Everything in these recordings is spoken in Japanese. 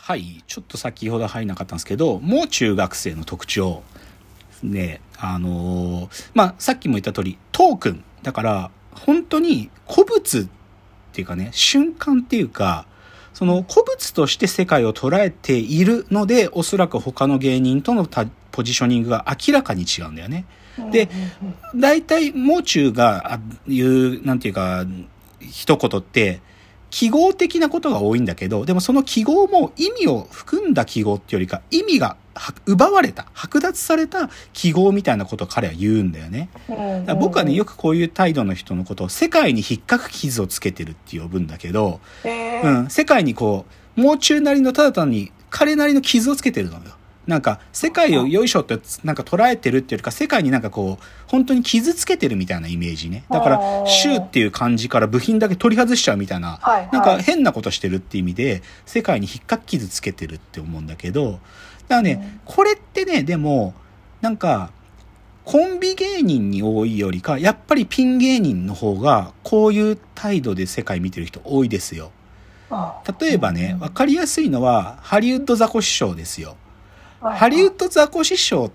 はい、ちょっと先ほど入んなかったんですけど、もう中学生の特徴ね、さっきも言った通りトークンだから本当に古物っていうかね、瞬間っていうか、その古物として世界を捉えているので、おそらく他の芸人とのポジショニングが明らかに違うんだよね。で、大体もう中が言うなんていうか一言って記号的なことが多いんだけど、でもその記号も意味を含んだ記号っていうよりか、意味が奪われた、剥奪された記号みたいなことを彼は言うんだよね。だから僕はね、よくこういう態度の人のことを世界に引っかく傷をつけてるって呼ぶんだけど、世界にこう、もう中なりのただ単に彼なりの傷をつけてるのよ。なんか世界をよいしょってなんか捉えてるっていうか、世界になんかこう本当に傷つけてるみたいなイメージね。だから州っていう漢字から部品だけ取り外しちゃうみたいな、なんか変なことしてるって意味で世界に引っかき傷つけてるって思うんだけど、だからね、これってね、でもなんかコンビ芸人に多いよりか、やっぱりピン芸人の方がこういう態度で世界見てる人多いですよ。例えばね、わかりやすいのはハリウッドザコシショウですよ。ハリウッドザコシショウって、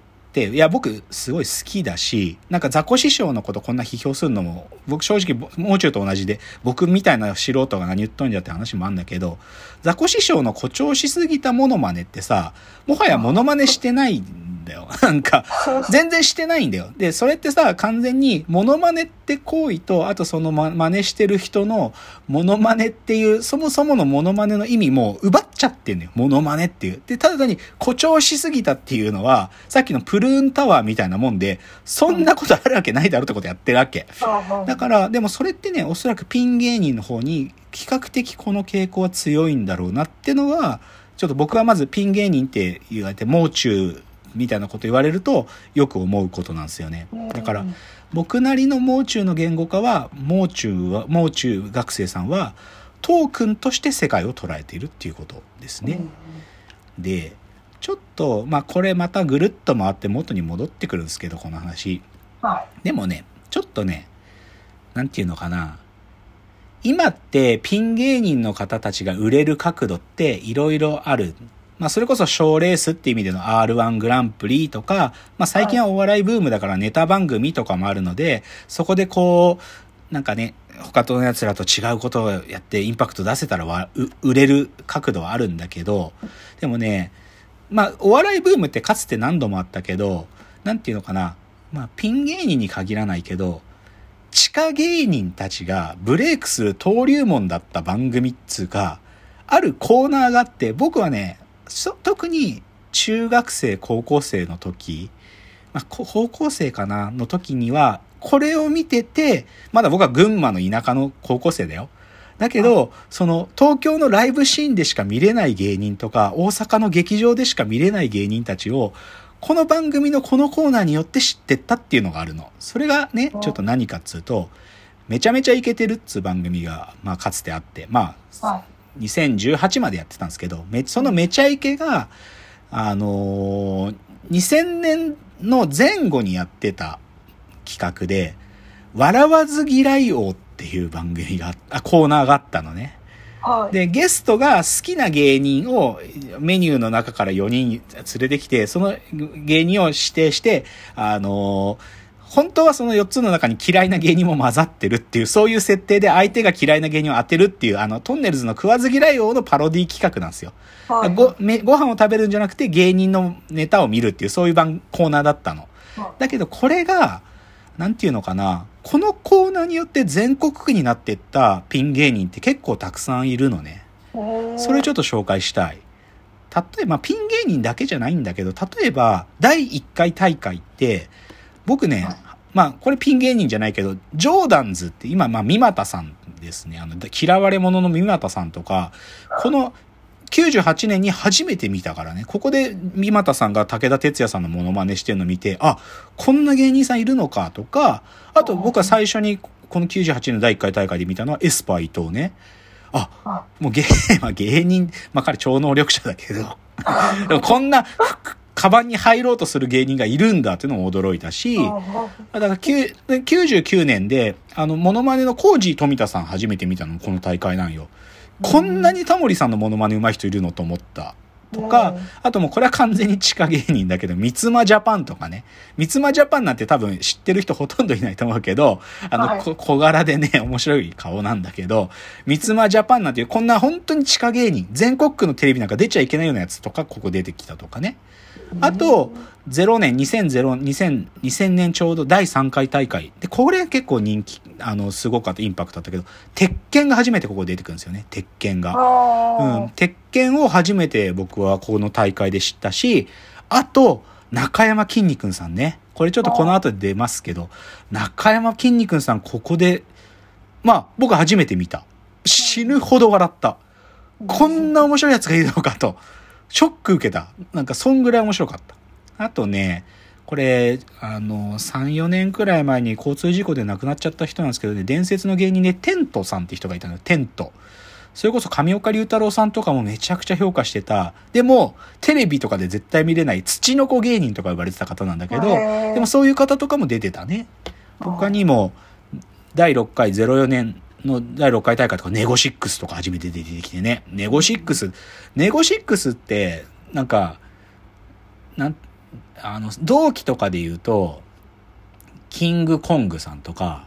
いや僕すごい好きだし、なんかザコシショウのことこんな批評するのも僕正直もう中と同じで、僕みたいな素人が何言っとんじゃって話もあるんだけど、ザコシショウの誇張しすぎたモノマネってさ、もはやモノマネしてないんだよ。なんか全然してないんだよ。でそれってさ、完全にモノマネって行為と、あとその真似してる人のモノマネっていうそもそものモノマネの意味も奪っちゃってんのよ、モノマネっていう。でただ単に誇張しすぎたっていうのは、さっきのプルーンタワーみたいなもんで、そんなことあるわけないだろうってことやってるわけだから。でもそれってね、おそらくピン芸人の方に比較的この傾向は強いんだろうなってのは、ちょっと僕はまずピン芸人って言われてもう中みたいなこと言われるとよく思うことなんですよね。だから僕なりのもう中の言語化は、もう中学生さんはトークンとして世界を捉えているっていうことですね。でちょっとこれまたぐるっと回って元に戻ってくるんですけど、この話でもね、ちょっとね、なんていうのかな、今ってピン芸人の方たちが売れる角度っていろいろある。それこそ賞レースっていう意味での R1 グランプリとか、最近はお笑いブームだからネタ番組とかもあるので、そこでこう、なんかね、他の奴らと違うことをやってインパクト出せたら売れる角度はあるんだけど、でもね、お笑いブームってかつて何度もあったけど、なんていうのかな、ピン芸人に限らないけど、地下芸人たちがブレイクする登竜門だった番組っつうか、あるコーナーがあって、僕はね、特に中学生高校生の時、高校生かなの時にはこれを見てて、まだ僕は群馬の田舎の高校生だよ。だけどその東京のライブシーンでしか見れない芸人とか、大阪の劇場でしか見れない芸人たちをこの番組のこのコーナーによって知ってったっていうのがあるの。それがね、ちょっと何かっつうと、めちゃめちゃイケてるっつう番組がかつてあって、2018までやってたんですけど、そのめちゃイケが2000年の前後にやってた企画で、笑わず嫌い王っていう番組がコーナーがあったのね。でゲストが好きな芸人をメニューの中から4人連れてきて、その芸人を指定して本当はその4つの中に嫌いな芸人も混ざってるっていう、そういう設定で相手が嫌いな芸人を当てるっていう、トンネルズの食わず嫌い王のパロディ企画なんですよ。ご飯を食べるんじゃなくて芸人のネタを見るっていう、そういうコーナーだったの。だけどこれが、なんていうのかな、このコーナーによって全国区になっていったピン芸人って結構たくさんいるのね。それちょっと紹介したい。例えば、ピン芸人だけじゃないんだけど、例えば第1回大会って僕ね、これピン芸人じゃないけど、ジョーダンズって今、三股さんですね。嫌われ者の三股さんとか、この98年に初めて見たからね。ここで三股さんが武田鉄矢さんのモノマネしてるのを見て、こんな芸人さんいるのかとか、あと僕は最初にこの98年の第1回大会で見たのはエスパー伊藤ね。もう芸人、彼超能力者だけど、でもこんなカバンに入ろうとする芸人がいるんだっていうのも驚いたし、だから99年でモノマネのコージー富田さん初めて見たのもこの大会なんよ。 こんなにタモリさんのモノマネ上手い人いるのと思ったとか、あともうこれは完全に地下芸人だけど、三つ間ジャパンとかね。三つ間ジャパンなんて多分知ってる人ほとんどいないと思うけど、小柄でね、面白い顔なんだけど、三つ間ジャパンなんていう、こんな本当に地下芸人、全国区のテレビなんか出ちゃいけないようなやつとか、ここ出てきたとかね。あと、2000年ちょうど第3回大会。で、これ結構人気、すごかった、インパクトだったけど、鉄拳が初めてここ出てくるんですよね、鉄拳が。鉄拳を初めて僕はこの大会で知ったし、あと、中山きんに君さんね。これちょっとこの後で出ますけど、中山きんに君さんここで、まあ、僕初めて見た。死ぬほど笑った。こんな面白いやつがいるのかと。ショック受けた。なんかそんぐらい面白かった。あとね、これ、3、4年くらい前に交通事故で亡くなっちゃった人なんですけどね、伝説の芸人でテントさんって人がいたのよ、テント。それこそ上岡龍太郎さんとかもめちゃくちゃ評価してた。でも、テレビとかで絶対見れない土の子芸人とか呼ばれてた方なんだけど、でもそういう方とかも出てたね。他にも、第6回04年の第6回大会とかネゴシックスとか初めて出てきてね。ネゴシックスって、なんか、同期とかで言うと、キングコングさんとか、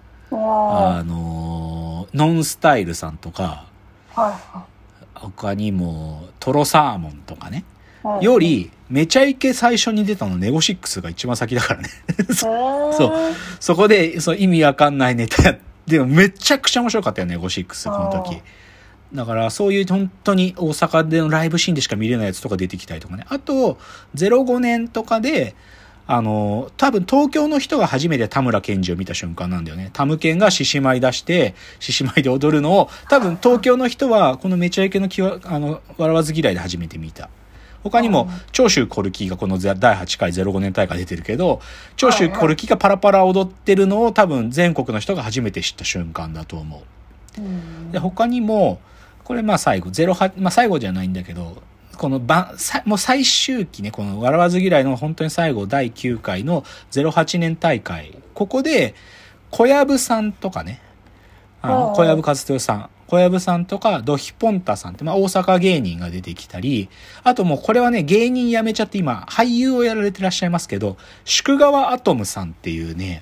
ノンスタイルさんとか、他にもトロサーモンとかね、よりめちゃイケ最初に出たのネゴシックスが一番先だからね。そこで意味わかんないネタやって、でもめちゃくちゃ面白かったよね、ネゴシックスこの時。だからそういう本当に大阪でのライブシーンでしか見れないやつとか出てきたりとかね。あと05年とかで多分東京の人が初めて田村健二を見た瞬間なんだよね。タムケンが獅子舞出して獅子舞で踊るのを多分東京の人はこのめちゃイケの笑わず嫌いで初めて見た。他にも長州コルキがこの第8回05年大会出てるけど、長州コルキがパラパラ踊ってるのを多分全国の人が初めて知った瞬間だと思う。で他にもこれ最後08、最後じゃないんだけど、このもう最終期ね、この笑わず嫌いの本当に最後第9回の08年大会、ここで小籔さんとかね、小籔和豊さん、小籔さんとかドヒポンタさんって大阪芸人が出てきたり、あともうこれはね、芸人辞めちゃって今俳優をやられてらっしゃいますけど、宿川アトムさんっていうね、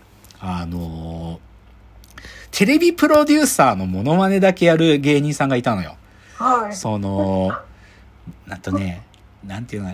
テレビプロデューサーのモノマネだけやる芸人さんがいたのよ。なんていうの、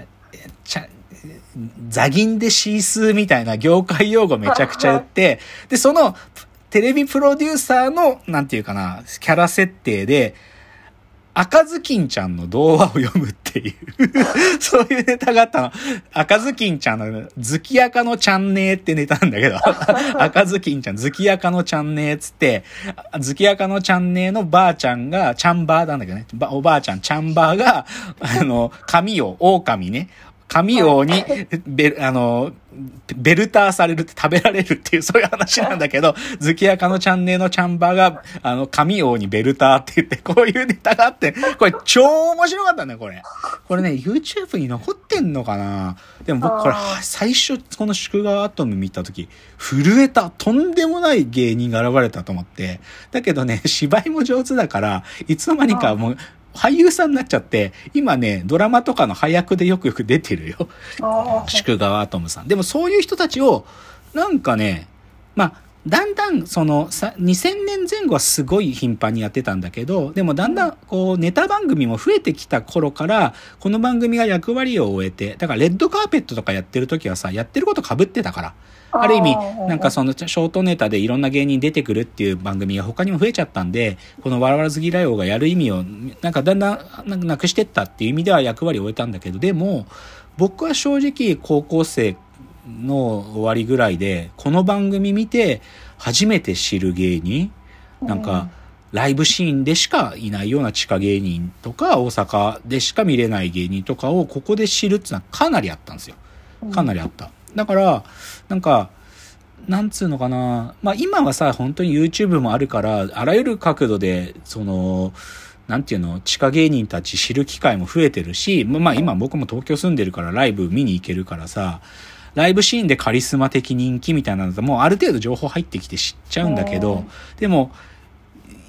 ザギンでシースーみたいな業界用語めちゃくちゃ言って、で、そのテレビプロデューサーの、なんていうかな、キャラ設定で、赤ずきんちゃんの童話を読むっていうそういうネタがあったの。赤ずきんちゃんのズキヤカのちゃんねーってネタなんだけど赤ずきんちゃん、ズキヤカのちゃんねーつって、ズキヤカのちゃんねーのばあちゃんが、ちゃんばーなんだけどね。おばあちゃん、ちゃんばーが、神王、狼ね。神王にベルターされるって食べられるっていうそういう話なんだけど、ズキヤカのチャンネルのチャンバーが神王にベルターって言ってこういうネタがあって、これ超面白かったね、これね YouTube に残ってんのかな。でも僕これ最初この宿川アトム見た時震えた。とんでもない芸人が現れたと思って。だけどね、芝居も上手だからいつの間にかもう俳優さんになっちゃって、今ね、ドラマとかの配役でよく出てるよ。宿川アトムさん。でもそういう人たちを、なんかね、だんだん、2000年前後はすごい頻繁にやってたんだけど、でもだんだん、ネタ番組も増えてきた頃から、この番組が役割を終えて、だからレッドカーペットとかやってる時はさ、やってること被ってたから。ある意味、なんかショートネタでいろんな芸人出てくるっていう番組が他にも増えちゃったんで、この笑わず嫌い王がやる意味を、なんかだんだんなくしてったっていう意味では役割を終えたんだけど、でも、僕は正直高校生の終わりぐらいで、この番組見て初めて知る芸人、なんか、ライブシーンでしかいないような地下芸人とか、大阪でしか見れない芸人とかをここで知るっていうのはかなりあったんですよ。かなりあった。だから、なんか、なんつうのかな。今はさ、本当に YouTube もあるから、あらゆる角度で、なんていうの、地下芸人たち知る機会も増えてるし、今僕も東京住んでるからライブ見に行けるからさ、ライブシーンでカリスマ的人気みたいなのだともうある程度情報入ってきて知っちゃうんだけど、でも、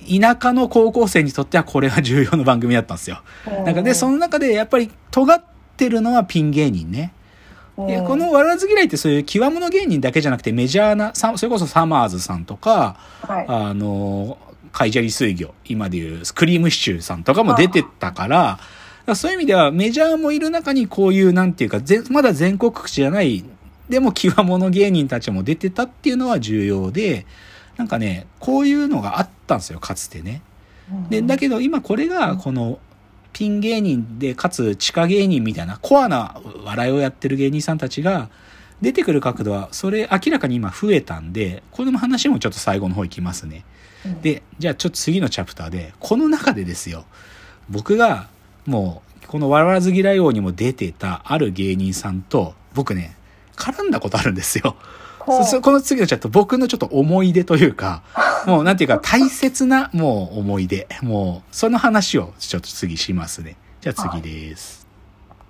田舎の高校生にとってはこれは重要な番組だったんですよ。なんかで、その中でやっぱり尖ってるのはピン芸人ね。いや、この笑わず嫌いってそういう極物芸人だけじゃなくてメジャーな、それこそサマーズさんとか、カイジャリ水魚、今でいうクリームシチューさんとかも出てたから、そういう意味ではメジャーもいる中にこういうなんていうか、まだ全国区じゃない、でも極物芸人たちも出てたっていうのは重要で、なんかね、こういうのがあったんですよ、かつてね。で、だけど今これがこのピン芸人でかつ地下芸人みたいなコアな笑いをやってる芸人さんたちが出てくる角度はそれ明らかに今増えたんで、この話もちょっと最後の方いきますね。で、じゃあちょっと次のチャプターで、この中でですよ、僕がもうこの笑わず嫌い王にも出てたある芸人さんと僕ね、絡んだことあるんですよ。この次のチャット、僕のちょっと思い出というか、もうなんていうか大切なもう思い出、もうその話をちょっと次しますね。じゃあ次です。